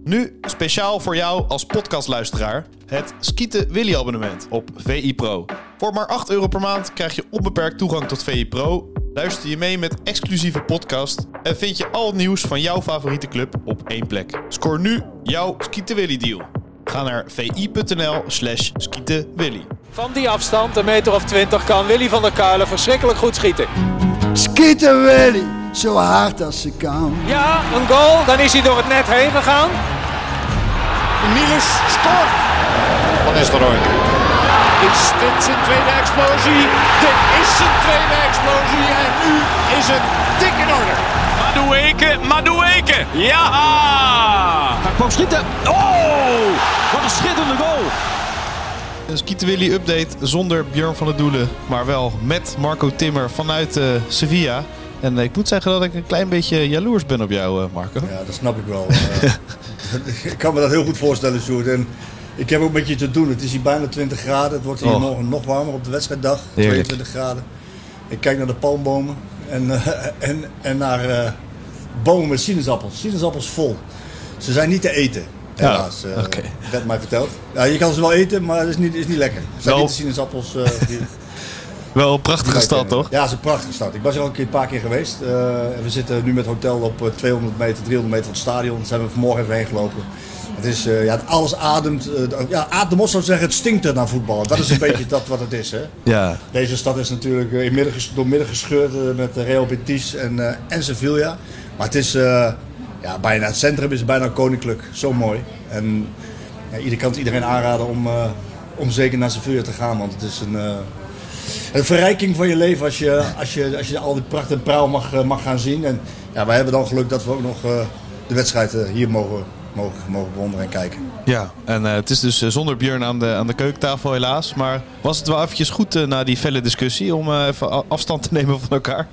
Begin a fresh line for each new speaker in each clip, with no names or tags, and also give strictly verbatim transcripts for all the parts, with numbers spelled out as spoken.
Nu speciaal voor jou als podcastluisteraar het Skieten Willy abonnement op V I Pro. Voor maar acht euro per maand krijg je onbeperkt toegang tot V I Pro, luister je mee met exclusieve podcast en vind je al het nieuws van jouw favoriete club op één plek. Scoor nu jouw Skieten Willy deal. Ga naar vi.nl slash skietenwilly.
Van die afstand, een meter of twintig, kan Willy van der Kuilen verschrikkelijk goed schieten.
Skieten Willy, zo hard als ze kan.
Ja, een goal, dan is hij door het net heen gegaan.
Niels scoort. Van Nistelrooy. Is dit zijn tweede explosie? Dit is zijn tweede explosie en nu is het dik in orde.
Madueke, Madueke, ja!
Hij kwam schieten. Oh, wat een schitterende goal.
Een Skieten Willy update zonder Björn van der Doelen, maar wel met Marco Timmer vanuit uh, Sevilla. En uh, ik moet zeggen dat ik een klein beetje jaloers ben op jou, uh, Marco.
Ja, dat snap ik wel. uh, ik kan me dat heel goed voorstellen, Sjoerd. En ik heb ook met je te doen. Het is hier bijna twintig graden. Het wordt hier
oh.
morgen nog warmer op de wedstrijddag.
Heerlijk.
tweeëntwintig graden. Ik kijk naar de palmbomen en, uh, en, en naar uh, bomen met sinaasappels. Sinaasappels vol. Ze zijn niet te eten. Helaas, uh,
okay.
werd mij verteld. Ja, je kan ze wel eten, maar het is niet, is niet lekker. Het zijn
wel,
niet de sinaasappels. Uh, die,
wel een prachtige stad, toch?
Ja, het is een prachtige stad. Ik was er al een, keer, een paar keer geweest. Uh, we zitten nu met hotel op tweehonderd meter, driehonderd meter van het stadion. Daar zijn we vanmorgen even heen gelopen. Het is, uh, ja, alles ademt. Uh, ja, Aad Mos zou zeggen, het stinkt er naar voetbal. Dat is een beetje dat wat het is, hè?
Ja.
Deze stad is natuurlijk uh, in midden ges- door midden gescheurd uh, met uh, Real Betis en, uh, en Sevilla. Maar het is, uh, ja, bijna het centrum is bijna koninklijk. Zo mooi. En ja, ieder kan het iedereen aanraden om, uh, om zeker naar Sevilla te gaan, want het is een... Uh, Een verrijking van je leven als je, als je, als je al die pracht en praal mag, mag gaan zien. En ja, wij hebben dan geluk dat we ook nog uh, de wedstrijd uh, hier mogen, mogen, mogen bewonderen en kijken.
Ja, en uh, het is dus uh, zonder Björn aan de, aan de keukentafel helaas. Maar was het wel eventjes goed uh, na die felle discussie om uh, even afstand te nemen van elkaar?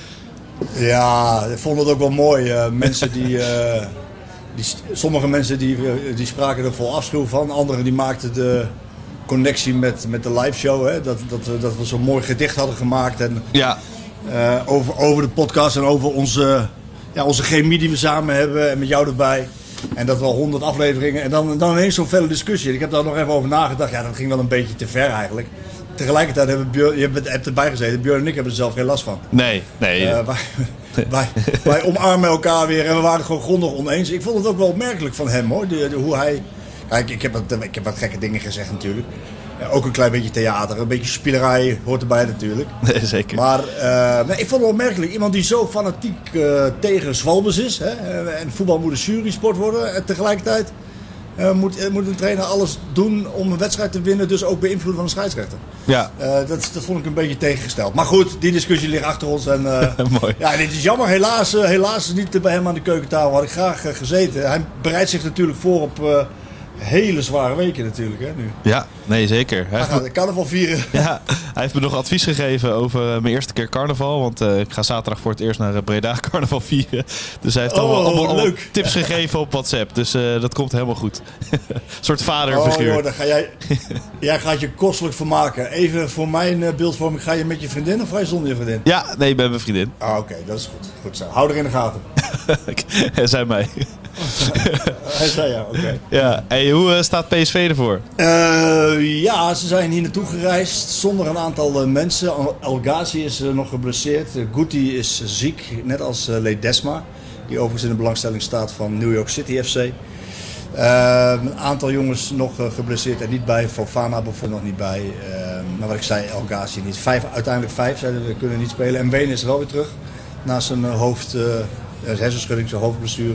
Ja, ik vond het ook wel mooi. Uh, mensen die, uh, die, sommige mensen die, uh, die spraken er vol afschuw van. Anderen die maakten de... connectie met, met de live show, hè? Dat, dat, dat we zo'n mooi gedicht hadden gemaakt en
ja.
uh, over, over de podcast en over onze, ja, onze chemie die we samen hebben en met jou erbij. En dat wel honderd afleveringen en dan, dan ineens zo'n felle discussie. Ik heb daar nog even over nagedacht. Ja, dat ging wel een beetje te ver eigenlijk. Tegelijkertijd hebben Björn, je hebt, hebt erbij gezeten, Björn en ik hebben er zelf geen last van.
Nee, nee.
Uh, wij, wij, wij omarmen elkaar weer en we waren het gewoon grondig oneens. Ik vond het ook wel opmerkelijk van hem, hoor, de, de, hoe hij... Kijk, ik heb, wat, ik heb wat gekke dingen gezegd natuurlijk. Ja, ook een klein beetje theater, een beetje spielerij hoort erbij natuurlijk.
Nee, zeker.
Maar uh, nee, ik vond het wel opmerkelijk. Iemand die zo fanatiek uh, tegen Zwalbes is. Hè, en voetbal moet een jurysport worden. En tegelijkertijd uh, moet, uh, moet een trainer alles doen om een wedstrijd te winnen. Dus ook beïnvloeden van de scheidsrechter.
Ja.
Uh, dat, dat vond ik een beetje tegengesteld. Maar goed, die discussie ligt achter ons. En, uh,
Mooi.
Ja, dit is jammer. Helaas, uh, helaas niet bij hem aan de keukentafel. Had ik graag uh, gezeten. Hij bereidt zich natuurlijk voor op... Uh, hele zware weken natuurlijk, hè, nu.
Ja, nee, zeker.
Hij gaat de carnaval vieren.
Ja, hij heeft me nog advies gegeven over uh, mijn eerste keer carnaval. Want uh, ik ga zaterdag voor het eerst naar Breda carnaval vieren. Dus hij heeft
oh,
allemaal, allemaal, allemaal
leuk.
tips gegeven op WhatsApp. Dus uh, dat komt helemaal goed. Een soort vaderfiguur.
Oh joh, dan ga jij, jij gaat je kostelijk vermaken. Even voor mijn uh, beeldvorming, ga je met je vriendin of ga je zonder je vriendin?
Ja, nee, ik ben mijn vriendin.
Ah, oké, okay, dat is goed. Goed zo. Hou er in de gaten.
Hij zei mij.
Hij zei ja, oké. Okay.
Ja, hey, hoe uh, staat P S V ervoor?
Uh, ja, ze zijn hier naartoe gereisd zonder een aantal uh, mensen. El Ghazi is uh, nog geblesseerd. Uh, Guti is uh, ziek, net als uh, Ledesma. Die overigens in de belangstelling staat van New York City F C. Uh, een aantal jongens nog uh, geblesseerd en niet bij. Fofana bijvoorbeeld nog niet bij. Uh, maar wat ik zei, El Ghazi niet. Vijf, uiteindelijk vijf zeiden we kunnen niet spelen. En Been is er wel weer terug. Na zijn uh, hoofd, uh, hersenschudding, zijn hoofdblessure.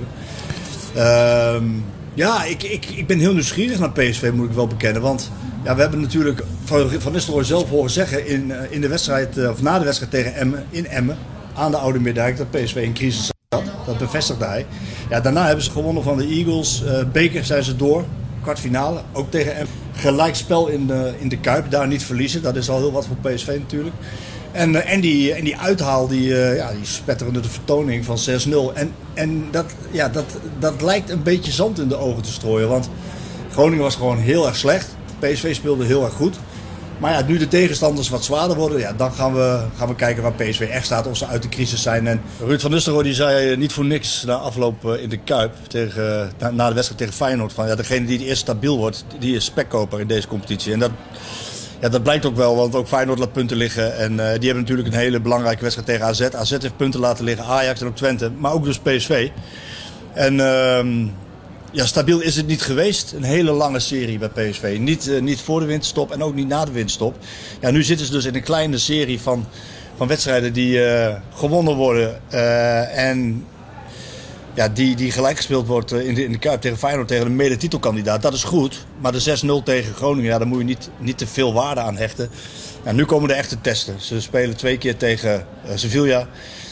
Uh, ja, ik, ik, ik ben heel nieuwsgierig naar P S V, moet ik wel bekennen. Want ja, we hebben natuurlijk van, van Nistelrooy zelf horen zeggen in, uh, in de wedstrijd, uh, of na de wedstrijd tegen Emmen, in Emmen, aan de Oude Middijk, dat P S V in crisis zat. Dat bevestigde hij. Ja, daarna hebben ze gewonnen van de Eagles. Uh, Beker zijn ze door. Kwartfinale, ook tegen Emmen. Gelijkspel in de, in de Kuip, daar niet verliezen. Dat is al heel wat voor P S V natuurlijk. En, uh, en, die, en die uithaal, die, uh, ja, die spetterende vertoning van zes nul. En, en dat, ja, dat, dat lijkt een beetje zand in de ogen te strooien. Want Groningen was gewoon heel erg slecht. P S V speelde heel erg goed. Maar ja, nu de tegenstanders wat zwaarder worden, ja, dan gaan we, gaan we kijken waar P S V echt staat, of ze uit de crisis zijn. En Ruud van Nistelrooy die zei niet voor niks na afloop in de Kuip, tegen, na, na de wedstrijd tegen Feyenoord, van ja, degene die het eerst stabiel wordt, die is spekkoper in deze competitie. En dat, ja, dat blijkt ook wel, want ook Feyenoord laat punten liggen. En uh, die hebben natuurlijk een hele belangrijke wedstrijd tegen A Z. A Z heeft punten laten liggen, Ajax en ook Twente, maar ook dus P S V. En uh, ja, stabiel is het niet geweest. Een hele lange serie bij P S V. Niet, uh, niet voor de winterstop en ook niet na de winterstop. Ja, nu zitten ze dus in een kleine serie van, van wedstrijden die uh, gewonnen worden. Uh, en ja, die, die gelijk gespeeld wordt in de, in de Kuip tegen Feyenoord, tegen een mede-titelkandidaat. Dat is goed. Maar de zes nul tegen Groningen, ja, daar moet je niet, niet te veel waarde aan hechten. Ja, nu komen de echte testen. Ze spelen twee keer tegen uh, Sevilla.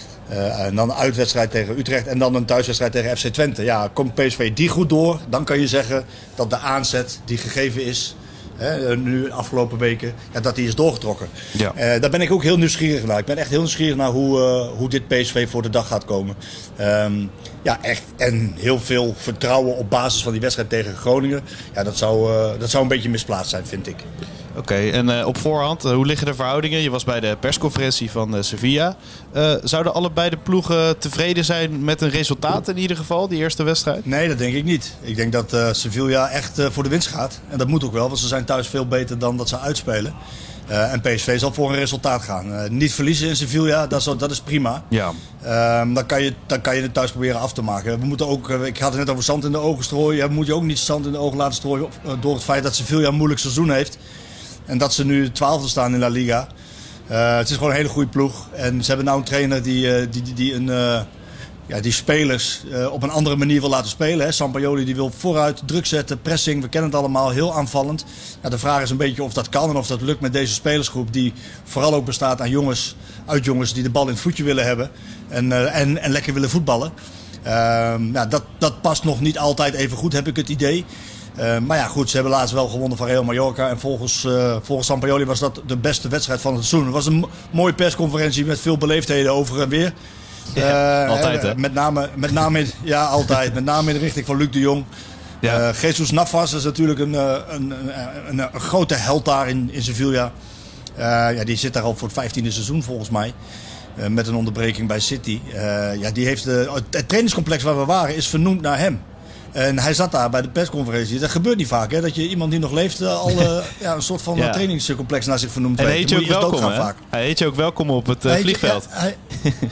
Uh, en dan een uitwedstrijd tegen Utrecht en dan een thuiswedstrijd tegen F C Twente. Ja, komt P S V die goed door, dan kan je zeggen dat de aanzet die gegeven is, hè, nu de afgelopen weken, ja, dat die is doorgetrokken. Ja. Uh, daar ben ik ook heel nieuwsgierig naar. Ik ben echt heel nieuwsgierig naar hoe, uh, hoe dit P S V voor de dag gaat komen. Um, ja, echt. En heel veel vertrouwen op basis van die wedstrijd tegen Groningen. Ja, dat zou, uh, dat zou een beetje misplaatst zijn, vind ik.
Oké, okay, en uh, op voorhand, uh, hoe liggen de verhoudingen? Je was bij de persconferentie van uh, Sevilla. Uh, zouden allebei de ploegen tevreden zijn met een resultaat in ieder geval, die eerste wedstrijd?
Nee, dat denk ik niet. Ik denk dat uh, Sevilla echt uh, voor de winst gaat. En dat moet ook wel, want ze zijn thuis veel beter dan dat ze uitspelen. Uh, en P S V zal voor een resultaat gaan. Uh, niet verliezen in Sevilla, dat is, dat is prima. Ja. Uh, dan, kan je, dan kan je het thuis proberen af te maken. We moeten ook, uh, ik had het net over zand in de ogen strooien. Ja, moet je ook niet zand in de ogen laten strooien uh, door het feit dat Sevilla een moeilijk seizoen heeft. En dat ze nu twaalfde staan in La Liga. Uh, het is gewoon een hele goede ploeg. En ze hebben nou een trainer die, uh, die, die, die, een, uh, ja, die spelers uh, op een andere manier wil laten spelen. Hè. Sampaoli die wil vooruit, druk zetten, pressing. We kennen het allemaal, heel aanvallend. Ja, de vraag is een beetje of dat kan en of dat lukt met deze spelersgroep. Die vooral ook bestaat aan jongens, uit jongens die de bal in het voetje willen hebben. En, uh, en, en lekker willen voetballen. Uh, ja, dat, dat past nog niet altijd even goed, heb ik het idee. Uh, maar ja, goed, ze hebben laatst wel gewonnen van Real Mallorca. En volgens, uh, volgens Sampaoli was dat de beste wedstrijd van het seizoen. Het was een mo- mooie persconferentie met veel beleefdheden over en weer.
Ja, uh, altijd, hè?
Met name, met name in, ja, altijd. Met name in de richting van Luc de Jong. Ja. Uh, Jesus Navas is natuurlijk een, een, een, een, een grote held daar in, in Sevilla. Uh, ja, die zit daar al voor het vijftiende seizoen volgens mij. Uh, met een onderbreking bij City. Uh, ja, die heeft de, het trainingscomplex waar we waren is vernoemd naar hem. En hij zat daar bij de persconferentie. Dat gebeurt niet vaak, hè? Dat je iemand die nog leeft al uh, ja, een soort van ja. trainingscomplex naar zich vernoemd
en
heeft.
Heet je ook welkom, hè? Vaak. Hij heet je ook welkom op het uh, vliegveld.
Ja, hij,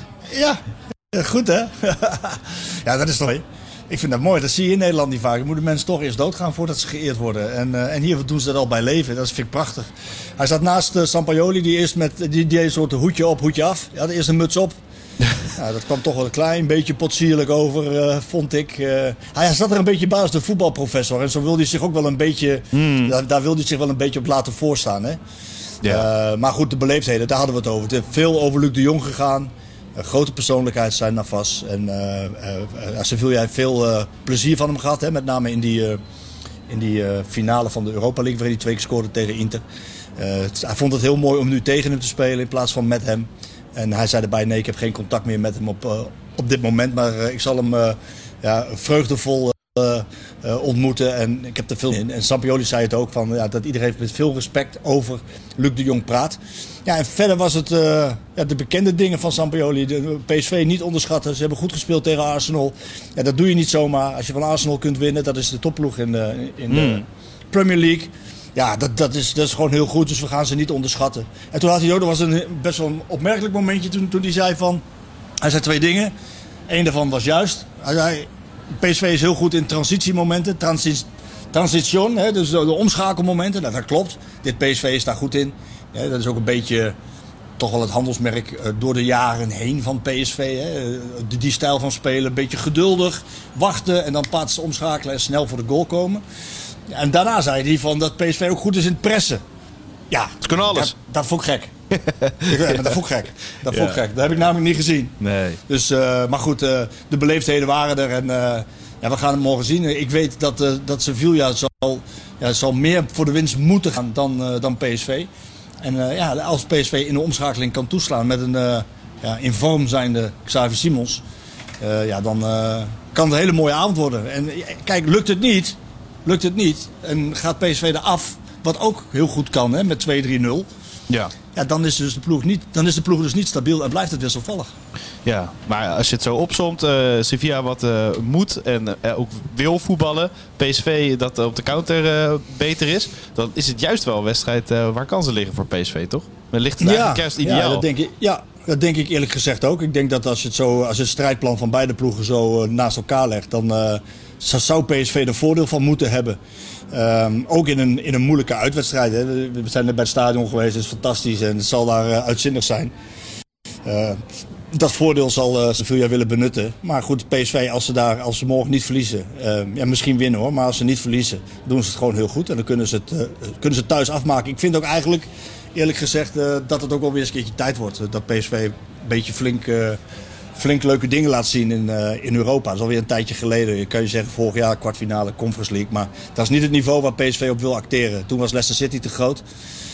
ja, goed hè? Ja, dat is toch... Ik vind dat mooi. Dat zie je in Nederland niet vaak. Dan moeten mensen toch eerst doodgaan voordat ze geëerd worden. En, uh, en hier doen ze dat al bij leven. Dat vind ik prachtig. Hij zat naast uh, Sampaoli, die eerst met die, die een soort hoedje op, hoedje af. Hij had eerst een muts op. Ja, dat kwam toch wel een klein beetje potsierlijk over, uh, vond ik. Uh, hij zat er een beetje bij als de voetbalprofessor. En zo wilde hij zich ook wel een beetje... Hmm. Daar, daar wilde hij zich wel een beetje op laten voorstaan. Hè? Ja. Uh, maar goed, de beleefdheden, daar hadden we het over. Het heeft veel over Luc de Jong gegaan. Een grote persoonlijkheid zijn Navas. En uh, uh, uh, Sevilla heeft veel uh, plezier van hem gehad. Hè? Met name in die, uh, in die uh, finale van de Europa League. Waarin hij twee keer scoorde tegen Inter. Uh, het, hij vond het heel mooi om nu tegen hem te spelen in plaats van met hem. En hij zei erbij, nee, ik heb geen contact meer met hem op, uh, op dit moment. Maar uh, ik zal hem uh, ja, vreugdevol uh, uh, ontmoeten. En ik heb er veel in. En Sampaoli zei het ook, van, ja, dat iedereen met veel respect over Luc de Jong praat. Ja, en verder was het uh, ja, de bekende dingen van Sampaoli. De P S V niet onderschatten. Ze hebben goed gespeeld tegen Arsenal. Ja, dat doe je niet zomaar. Als je van Arsenal kunt winnen, dat is de topploeg in de, in mm. de Premier League. Ja, dat, dat, is, dat is gewoon heel goed, dus we gaan ze niet onderschatten. En toen had hij ook, dat was een best wel een opmerkelijk momentje toen, toen hij zei van... Hij zei twee dingen. Eén daarvan was juist. Hij zei, P S V is heel goed in transitiemomenten, transi- transition, hè, dus de, de omschakelmomenten. Nou, dat klopt. Dit P S V is daar goed in. Ja, dat is ook een beetje toch wel het handelsmerk uh, door de jaren heen van P S V. Hè. Die, die stijl van spelen, een beetje geduldig, wachten en dan pas omschakelen en snel voor de goal komen. En daarna zei hij van dat P S V ook goed is in het pressen. Ja,
ze kunnen alles.
Dat, dat vond ik gek. ja, dat vond ik gek. Dat vond ik ja. gek. Dat heb ik namelijk niet gezien.
Nee.
Dus, uh, maar goed, uh, de beleefdheden waren er. En uh, ja, we gaan het morgen zien. Ik weet dat, uh, dat Sevilla zal, ja, zal meer voor de winst moeten gaan dan, uh, dan P S V. En uh, ja, als P S V in de omschakeling kan toeslaan met een uh, ja, in vorm zijnde Xavi Simons. Uh, ja, dan uh, kan het een hele mooie avond worden. En kijk, lukt het niet... Lukt het niet en gaat P S V eraf, wat ook heel goed kan, hè, met twee drie nul.
Ja.
Ja, dan is, dus de ploeg niet, dan is de ploeg dus niet stabiel en blijft het wisselvallig.
Ja, maar als je het zo opsomt, uh, Sevilla wat uh, moet en uh, ook wil voetballen, P S V dat op de counter uh, beter is, dan is het juist wel een wedstrijd uh, waar kansen liggen voor P S V, toch? Dan ligt het eigenlijk juist ideaal.
Ja, dat denk ik, ja, dat denk ik eerlijk gezegd ook. Ik denk dat als je het, zo, als je het strijdplan van beide ploegen zo uh, naast elkaar legt, dan uh, zou P S V er voordeel van moeten hebben. Um, ook in een, in een moeilijke uitwedstrijd. Hè. We zijn net bij het stadion geweest, het is fantastisch en het zal daar uh, uitzinnig zijn. Uh, dat voordeel zal uh, Sevilla willen benutten. Maar goed, P S V, als ze, daar, als ze morgen niet verliezen, uh, ja, misschien winnen hoor, maar als ze niet verliezen, doen ze het gewoon heel goed. En dan kunnen ze het, uh, kunnen ze het thuis afmaken. Ik vind ook eigenlijk, eerlijk gezegd, uh, dat het ook wel weer eens een keertje tijd wordt. Uh, dat P S V een beetje flink... Uh, flink leuke dingen laat zien in, uh, in Europa. Dat is alweer een tijdje geleden. Je kan je zeggen, vorig jaar kwartfinale Conference League. Maar dat is niet het niveau waar P S V op wil acteren. Toen was Leicester City te groot.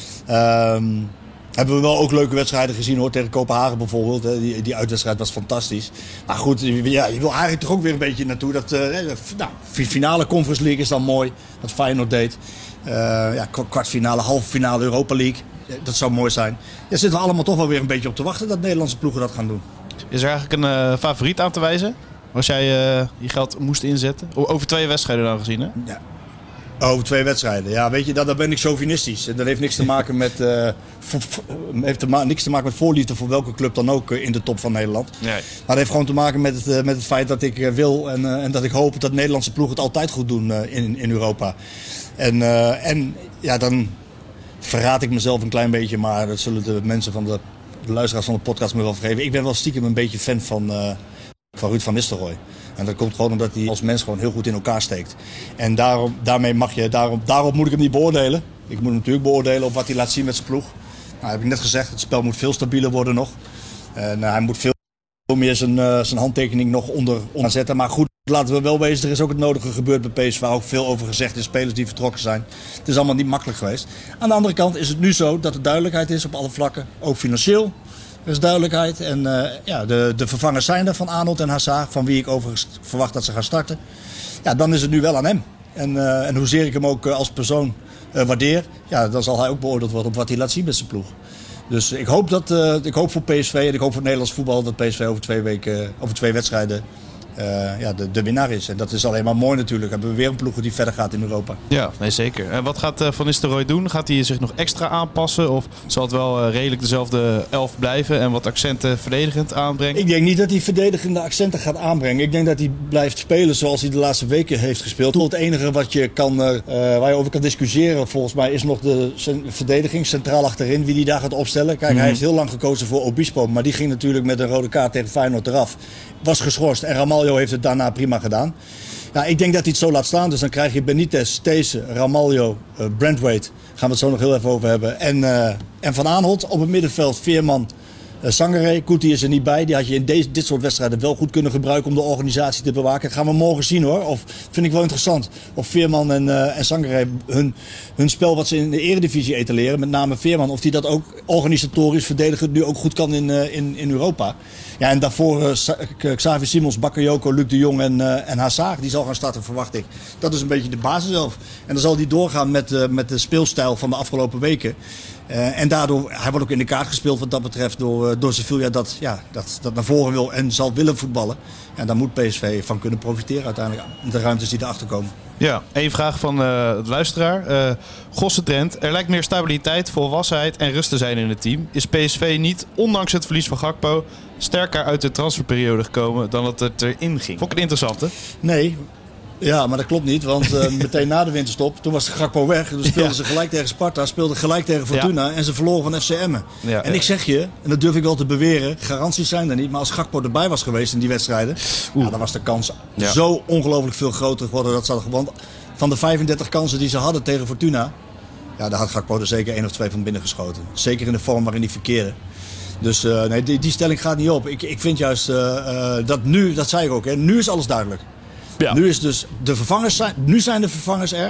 Um, hebben we wel ook leuke wedstrijden gezien hoor. Tegen Kopenhagen bijvoorbeeld. Hè. Die, die uitwedstrijd was fantastisch. Maar goed, ja, je wil eigenlijk toch ook weer een beetje naartoe. Dat, uh, nou, finale Conference League is dan mooi. Wat Feyenoord deed. Uh, ja, kwartfinale, halve finale Europa League. Dat zou mooi zijn. Daar zitten we allemaal toch wel weer een beetje op te wachten dat Nederlandse ploegen dat gaan doen.
Is er eigenlijk een uh, favoriet aan te wijzen? Als jij uh, je geld moest inzetten? Over twee wedstrijden dan gezien, hè?
Ja. Over twee wedstrijden. Ja, weet je, dan, dan ben ik chauvinistisch. En dat heeft niks te maken met, uh, voor, voor, heeft te ma- niks te maken met voorliefde voor welke club dan ook uh, in de top van Nederland. Nee. Maar het heeft gewoon te maken met het, uh, met het feit dat ik uh, wil en, uh, en dat ik hoop dat Nederlandse ploegen het altijd goed doen uh, in, in Europa. En, uh, en ja, dan verraad ik mezelf een klein beetje, maar dat zullen de mensen van de, de luisteraars van de podcast me wel vergeven. Ik ben wel stiekem een beetje fan van, uh, van Ruud van Nistelrooy. En dat komt gewoon omdat hij als mens gewoon heel goed in elkaar steekt. En daarom, daarmee mag je, daarom, daarop moet ik hem niet beoordelen. Ik moet hem natuurlijk beoordelen op wat hij laat zien met zijn ploeg. Nou, heb ik net gezegd, het spel moet veel stabieler worden nog. En uh, hij moet veel meer zijn, uh, zijn handtekening nog onder, onder zetten. Maar goed, laten we wel wezen, er is ook het nodige gebeurd bij P S V. Waar ook veel over gezegd is, spelers die vertrokken zijn. Het is allemaal niet makkelijk geweest. Aan de andere kant is het nu zo dat er duidelijkheid is op alle vlakken. Ook financieel. Er is duidelijkheid en uh, ja, de, de vervangers zijn er van Arnold en Hazard, van wie ik overigens verwacht dat ze gaan starten. Ja, dan is het nu wel aan hem. En, uh, en hoezeer ik hem ook uh, als persoon uh, waardeer, ja, dan zal hij ook beoordeeld worden op wat hij laat zien met zijn ploeg. Dus ik hoop, dat, uh, ik hoop voor P S V en ik hoop voor het Nederlands voetbal dat P S V over twee, weken, over twee wedstrijden uh, ja, de, de winnaar is. En dat is alleen maar mooi natuurlijk. Hebben we weer een ploeg die verder gaat in Europa.
Ja, nee, zeker. En wat gaat uh, Van Nistelrooy doen? Gaat hij zich nog extra aanpassen? Of zal het wel uh, redelijk dezelfde elf blijven en wat accenten verdedigend aanbrengen?
Ik denk niet dat hij verdedigende accenten gaat aanbrengen. Ik denk dat hij blijft spelen zoals hij de laatste weken heeft gespeeld. Het enige wat je kan, uh, waar je over kan discussiëren volgens mij is nog de verdediging centraal achterin. Wie die daar gaat opstellen. Kijk, mm-hmm. Hij heeft heel lang gekozen voor Obispo. Maar die ging natuurlijk met een rode kaart tegen Feyenoord eraf. Was geschorst en Ramaljo heeft het daarna prima gedaan. Ja, ik denk dat hij het zo laat staan. Dus dan krijg je Benitez, These, Ramaljo, uh, Brandwaite. Gaan we het zo nog heel even over hebben. En, uh, en Van Aanholt op het middenveld, Veerman, uh, Sangaré. Kuti is er niet bij. Die had je in deze, dit soort wedstrijden wel goed kunnen gebruiken om de organisatie te bewaken. Dat gaan we morgen zien hoor. Of vind ik wel interessant. Of Veerman en, uh, en Sangaré hun, hun spel wat ze in de eredivisie etaleren. Met name Veerman. Of die dat ook organisatorisch verdedigend nu ook goed kan in, uh, in, in Europa. Ja, en daarvoor uh, Xavi Simons, Bakayoko, Luc de Jong en, uh, en Hazard. Die zal gaan starten, verwacht ik. Dat is een beetje de basis zelf. En dan zal hij doorgaan met, uh, met de speelstijl van de afgelopen weken. Uh, en daardoor, hij wordt ook in de kaart gespeeld wat dat betreft door, uh, door Sevilla dat, ja, dat, dat naar voren wil en zal willen voetballen. En daar moet P S V van kunnen profiteren uiteindelijk. De ruimtes die erachter komen.
Ja, één vraag van uh, de luisteraar. Uh, Gosse Drent, er lijkt meer stabiliteit, volwassenheid en rust te zijn in het team. Is P S V niet, ondanks het verlies van Gakpo, sterker uit de transferperiode gekomen dan dat het erin ging? Vond ik het interessant, hè?
Nee. Ja, maar dat klopt niet, want uh, meteen na de winterstop, toen was Gakpo weg. Toen speelden ja. ze gelijk tegen Sparta, speelden gelijk tegen Fortuna ja. en ze verloren van F C Emmen. Ja, en ja. ik zeg je, en dat durf ik wel te beweren, garanties zijn er niet. Maar als Gakpo erbij was geweest in die wedstrijden, ja, dan was de kans ja. zo ongelooflijk veel groter geworden. Dat ze hadden, want van de vijfendertig kansen die ze hadden tegen Fortuna, ja, daar had Gakpo er zeker één of twee van binnen geschoten. Zeker in de vorm waarin hij verkeerde. Dus uh, nee, die, die stelling gaat niet op. Ik, ik vind juist uh, uh, dat nu, dat zei ik ook, hè, nu is alles duidelijk. Ja. Nu is dus de vervangers zijn, nu zijn de vervangers er.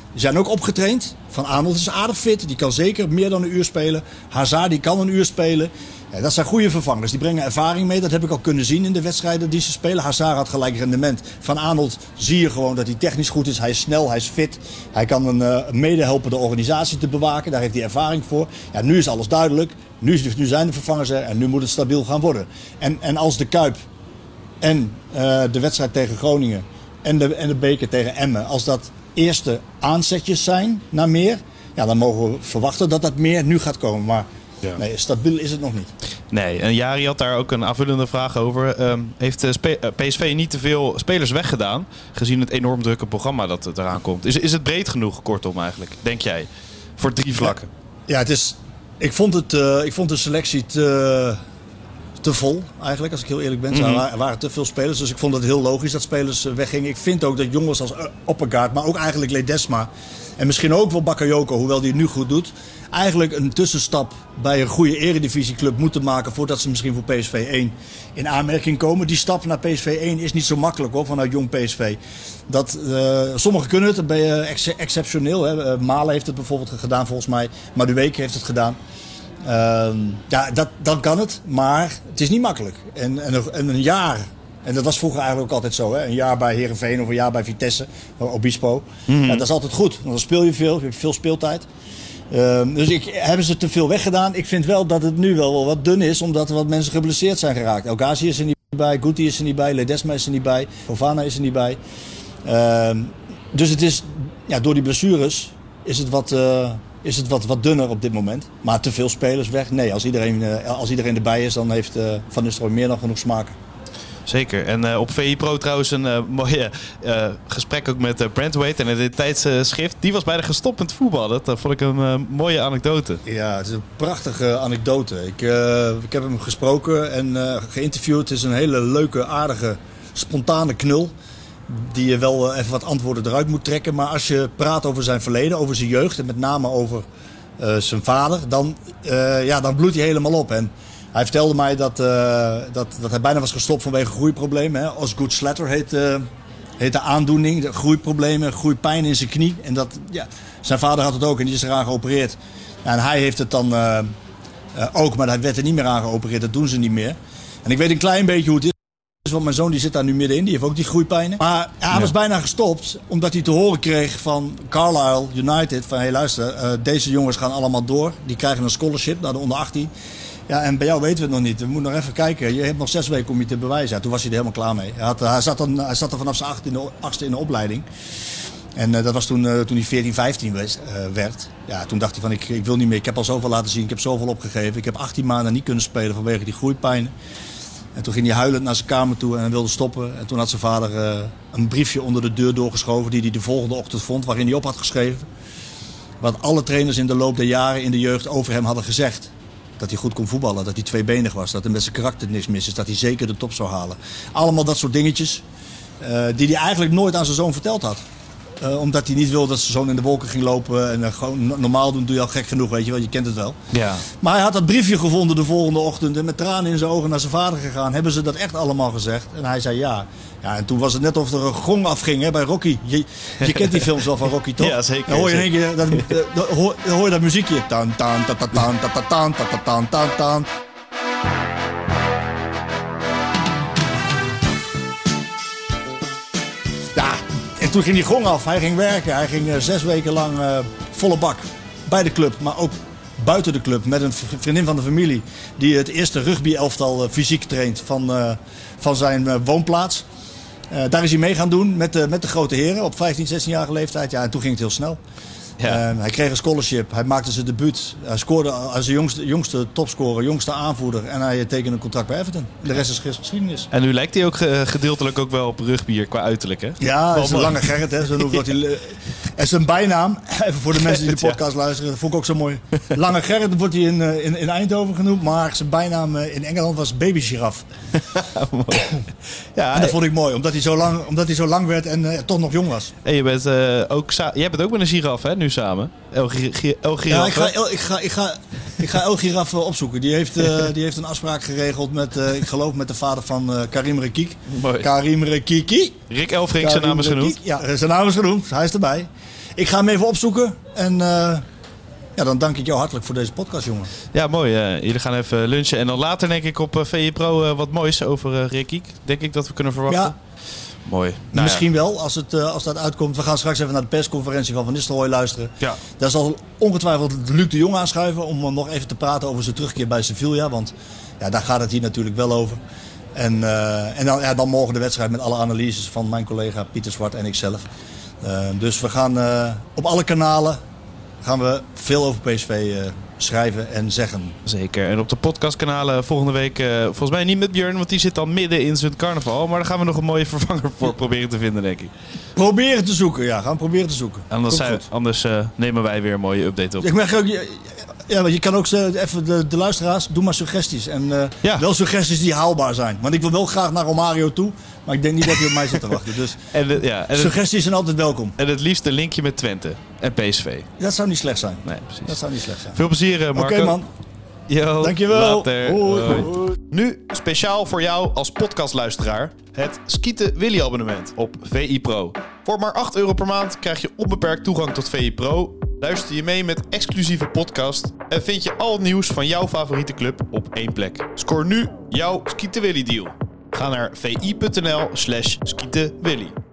Die zijn ook opgetraind. Van Arnold is aardig fit. Die kan zeker meer dan een uur spelen. Hazard die kan een uur spelen. Ja, dat zijn goede vervangers. Die brengen ervaring mee. Dat heb ik al kunnen zien in de wedstrijden die ze spelen. Hazard had gelijk rendement. Van Arnold zie je gewoon dat hij technisch goed is. Hij is snel, hij is fit. Hij kan een uh, medehelpen de organisatie te bewaken. Daar heeft hij ervaring voor. Ja, nu is alles duidelijk. Nu, is, nu zijn de vervangers er en nu moet het stabiel gaan worden. En, en als de Kuip en uh, de wedstrijd tegen Groningen en de, en de beker tegen Emmen, als dat eerste aanzetjes zijn naar meer, ja, dan mogen we verwachten dat dat meer nu gaat komen. Maar ja. nee, stabiel is het nog niet.
Nee, en Jari had daar ook een aanvullende vraag over. Um, heeft uh, spe- uh, P S V niet te veel spelers weggedaan, gezien het enorm drukke programma dat het eraan komt? Is, is het breed genoeg, kortom eigenlijk, denk jij, voor drie vlakken?
Ja, ja het is, ik, vond het, uh, ik vond de selectie te, te vol, eigenlijk, als ik heel eerlijk ben. Mm-hmm. Er waren te veel spelers, dus ik vond het heel logisch dat spelers weggingen. Ik vind ook dat jongens als Oppegaard, maar ook eigenlijk Ledesma en misschien ook wel Bakayoko, hoewel die het nu goed doet, eigenlijk een tussenstap bij een goede eredivisieclub moeten maken voordat ze misschien voor P S V één in aanmerking komen. Die stap naar P S V één is niet zo makkelijk hoor, vanuit jong P S V. Dat, uh, sommigen kunnen het, dat ben je ex- exceptioneel. Hè. Uh, Malen heeft het bijvoorbeeld gedaan volgens mij, Madueke heeft het gedaan. Uh, ja, dat, dan kan het, maar het is niet makkelijk. En, en, en een jaar, en dat was vroeger eigenlijk ook altijd zo, hè. Een jaar bij Heerenveen of een jaar bij Vitesse, Obispo. Mm-hmm. Ja, dat is altijd goed, want dan speel je veel, je hebt veel speeltijd. Uh, dus ik, hebben ze te veel weggedaan. Ik vind wel dat het nu wel, wel wat dun is, omdat er wat mensen geblesseerd zijn geraakt. El Ghazi is er niet bij, Guti is er niet bij, Ledesma is er niet bij, Fofana is er niet bij. Uh, dus het is, ja, door die blessures is het, wat, uh, is het wat, wat dunner op dit moment. Maar te veel spelers weg? Nee, als iedereen, uh, als iedereen erbij is, dan heeft uh, Van Nistelrooy meer dan genoeg smaken.
Zeker. En uh, op V I Pro trouwens een uh, mooie uh, gesprek ook met uh, Brent Waite en het tijdsschrift. Die was bijna gestopt met voetbal. Dat uh, vond ik een uh, mooie anekdote.
Ja, het is een prachtige anekdote. Ik, uh, ik heb hem gesproken en uh, geïnterviewd. Het is een hele leuke, aardige, spontane knul. Die je wel uh, even wat antwoorden eruit moet trekken. Maar als je praat over zijn verleden, over zijn jeugd en met name over uh, zijn vader, dan, uh, ja, dan bloedt hij helemaal op. En hij vertelde mij dat, uh, dat, dat hij bijna was gestopt vanwege groeiproblemen. Hè. Osgood Slatter heet, uh, heet de aandoening. De groeiproblemen, groeipijn in zijn knie. En dat, ja, zijn vader had het ook en die is eraan geopereerd. Ja, en hij heeft het dan uh, uh, ook, maar hij werd er niet meer aan geopereerd. Dat doen ze niet meer. En ik weet een klein beetje hoe het is. Want mijn zoon die zit daar nu middenin, die heeft ook die groeipijnen. Maar ja, hij ja. was bijna gestopt, omdat hij te horen kreeg van Carlisle United. Van, hé hey, luister, uh, deze jongens gaan allemaal door. Die krijgen een scholarship naar de onder achttien. Ja, en bij jou weten we het nog niet. We moeten nog even kijken. Je hebt nog zes weken om je te bewijzen. Ja, toen was hij er helemaal klaar mee. Hij, had, hij, zat, dan, hij zat er vanaf zijn achtste in de, achtste in de opleiding. En uh, dat was toen, uh, toen hij veertien, vijftien was, uh, werd. Ja, toen dacht hij van ik, ik wil niet meer. Ik heb al zoveel laten zien. Ik heb zoveel opgegeven. Ik heb achttien maanden niet kunnen spelen vanwege die groeipijnen. En toen ging hij huilend naar zijn kamer toe en hij wilde stoppen. En toen had zijn vader uh, een briefje onder de deur doorgeschoven die hij de volgende ochtend vond. Waarin hij op had geschreven wat alle trainers in de loop der jaren in de jeugd over hem hadden gezegd. Dat hij goed kon voetballen, dat hij tweebenig was, dat er met zijn karakter niks mis is, dat hij zeker de top zou halen. Allemaal dat soort dingetjes uh, die hij eigenlijk nooit aan zijn zoon verteld had. Uh, omdat hij niet wilde dat zijn zoon in de wolken ging lopen. En uh, gewoon normaal doen doe je al gek genoeg, weet je wel, je kent het wel. Ja. Maar hij had dat briefje gevonden de volgende ochtend en met tranen in zijn ogen naar zijn vader gegaan. Hebben ze dat echt allemaal gezegd? En hij zei ja. Ja, en toen was het net of er een gong afging hè, bij Rocky. Je, je kent die films wel van Rocky, toch?
Ja, zeker.
Dan hoor je in één keer dat, dan hoor, dan hoor je dat muziekje. Tan, tan, tan, tan, tan, tan, tan, tan, tan, tan, tan. Ja, en toen ging die gong af. Hij ging werken. Hij ging uh, zes weken lang uh, volle bak bij de club, maar ook buiten de club met een vriendin van de familie die het eerste rugby-elftal uh, fysiek traint van, uh, van zijn uh, woonplaats. Uh, daar is hij mee gaan doen met de, met de grote heren op vijftien, zestienjarige leeftijd. Ja, en toen ging het heel snel. Ja. Uh, hij kreeg een scholarship, hij maakte zijn debuut. Hij scoorde als de jongste, jongste topscorer, jongste aanvoerder. En hij tekende een contract bij Everton. De rest is geschiedenis.
En nu lijkt hij ook gedeeltelijk ook wel op rugbier qua uiterlijk, hè?
Ja, dat is een lange Gerrit, hè. Zo noemt dat hij, en zijn bijnaam, even voor de mensen die de podcast ja. luisteren, dat vond ik ook zo mooi. Lange Gerrit wordt hij in, in, in Eindhoven genoemd, maar zijn bijnaam in Engeland was Baby Giraffe. Ja, en dat vond ik mooi, omdat hij zo lang, omdat hij zo lang werd en uh, toch nog jong was.
En je bent, uh, ook, jij bent ook met een giraf, hè, nu samen? El, El Giraffe.
Ja, ik ga, El, ik ga, ik ga, Ik ga El Giraf uh, opzoeken. Die heeft, uh, die heeft een afspraak geregeld met, uh, ik geloof met de vader van uh, Karim Rekik.
Mooi.
Karim Rekiki.
Rick Elfrink, zijn naam is genoemd.
Ja, zijn naam is genoemd. Hij is erbij. Ik ga hem even opzoeken. En uh, ja, dan dank ik jou hartelijk voor deze podcast, jongen.
Ja, mooi. Uh, jullie gaan even lunchen. En dan later denk ik op uh, V I Pro uh, wat moois over uh, Rekik. Denk ik dat we kunnen verwachten.
Ja.
Mooi. Nou,
Misschien
ja.
wel, als, het, uh, als dat uitkomt. We gaan straks even naar de persconferentie van Van Nistelrooy luisteren.
Ja.
Daar zal ongetwijfeld Luc de Jong aanschuiven om nog even te praten over zijn terugkeer bij Sevilla. Want ja, daar gaat het hier natuurlijk wel over. En, uh, en dan, ja, dan morgen de wedstrijd met alle analyses van mijn collega Pieter Zwart en ikzelf. Uh, dus we gaan uh, op alle kanalen gaan we veel over P S V uh, schrijven en zeggen.
Zeker. En op de podcastkanalen volgende week, uh, volgens mij niet met Björn, want die zit dan midden in zijn carnaval. Maar daar gaan we nog een mooie vervanger voor proberen te vinden, denk ik.
Proberen te zoeken, ja. Gaan we proberen te zoeken.
Anders, zijn, anders uh, nemen wij weer een mooie update op.
Ik merk ook, ja, je kan ook even de, de luisteraars, doe maar suggesties. En uh,
ja.
wel suggesties die haalbaar zijn. Want ik wil wel graag naar Romario toe, maar ik denk niet dat hij op mij zit te wachten. Dus
en de, ja, en
suggesties
het,
zijn altijd welkom.
En het liefst een linkje met Twente en P S V.
Dat zou niet slecht zijn.
Nee, precies.
Dat zou niet slecht zijn.
Veel plezier, Marco.
Oké, okay, man.
Yo,
dankjewel.
Later.
Hoi.
Hoi. Hoi. Nu speciaal voor jou als podcastluisteraar het Skieten Willy abonnement op V I Pro. Voor maar acht euro per maand krijg je onbeperkt toegang tot V I Pro. Luister je mee met exclusieve podcast en vind je al het nieuws van jouw favoriete club op één plek. Scoor nu jouw Skieten Willy deal. Ga naar vi punt n l slash skieten willy.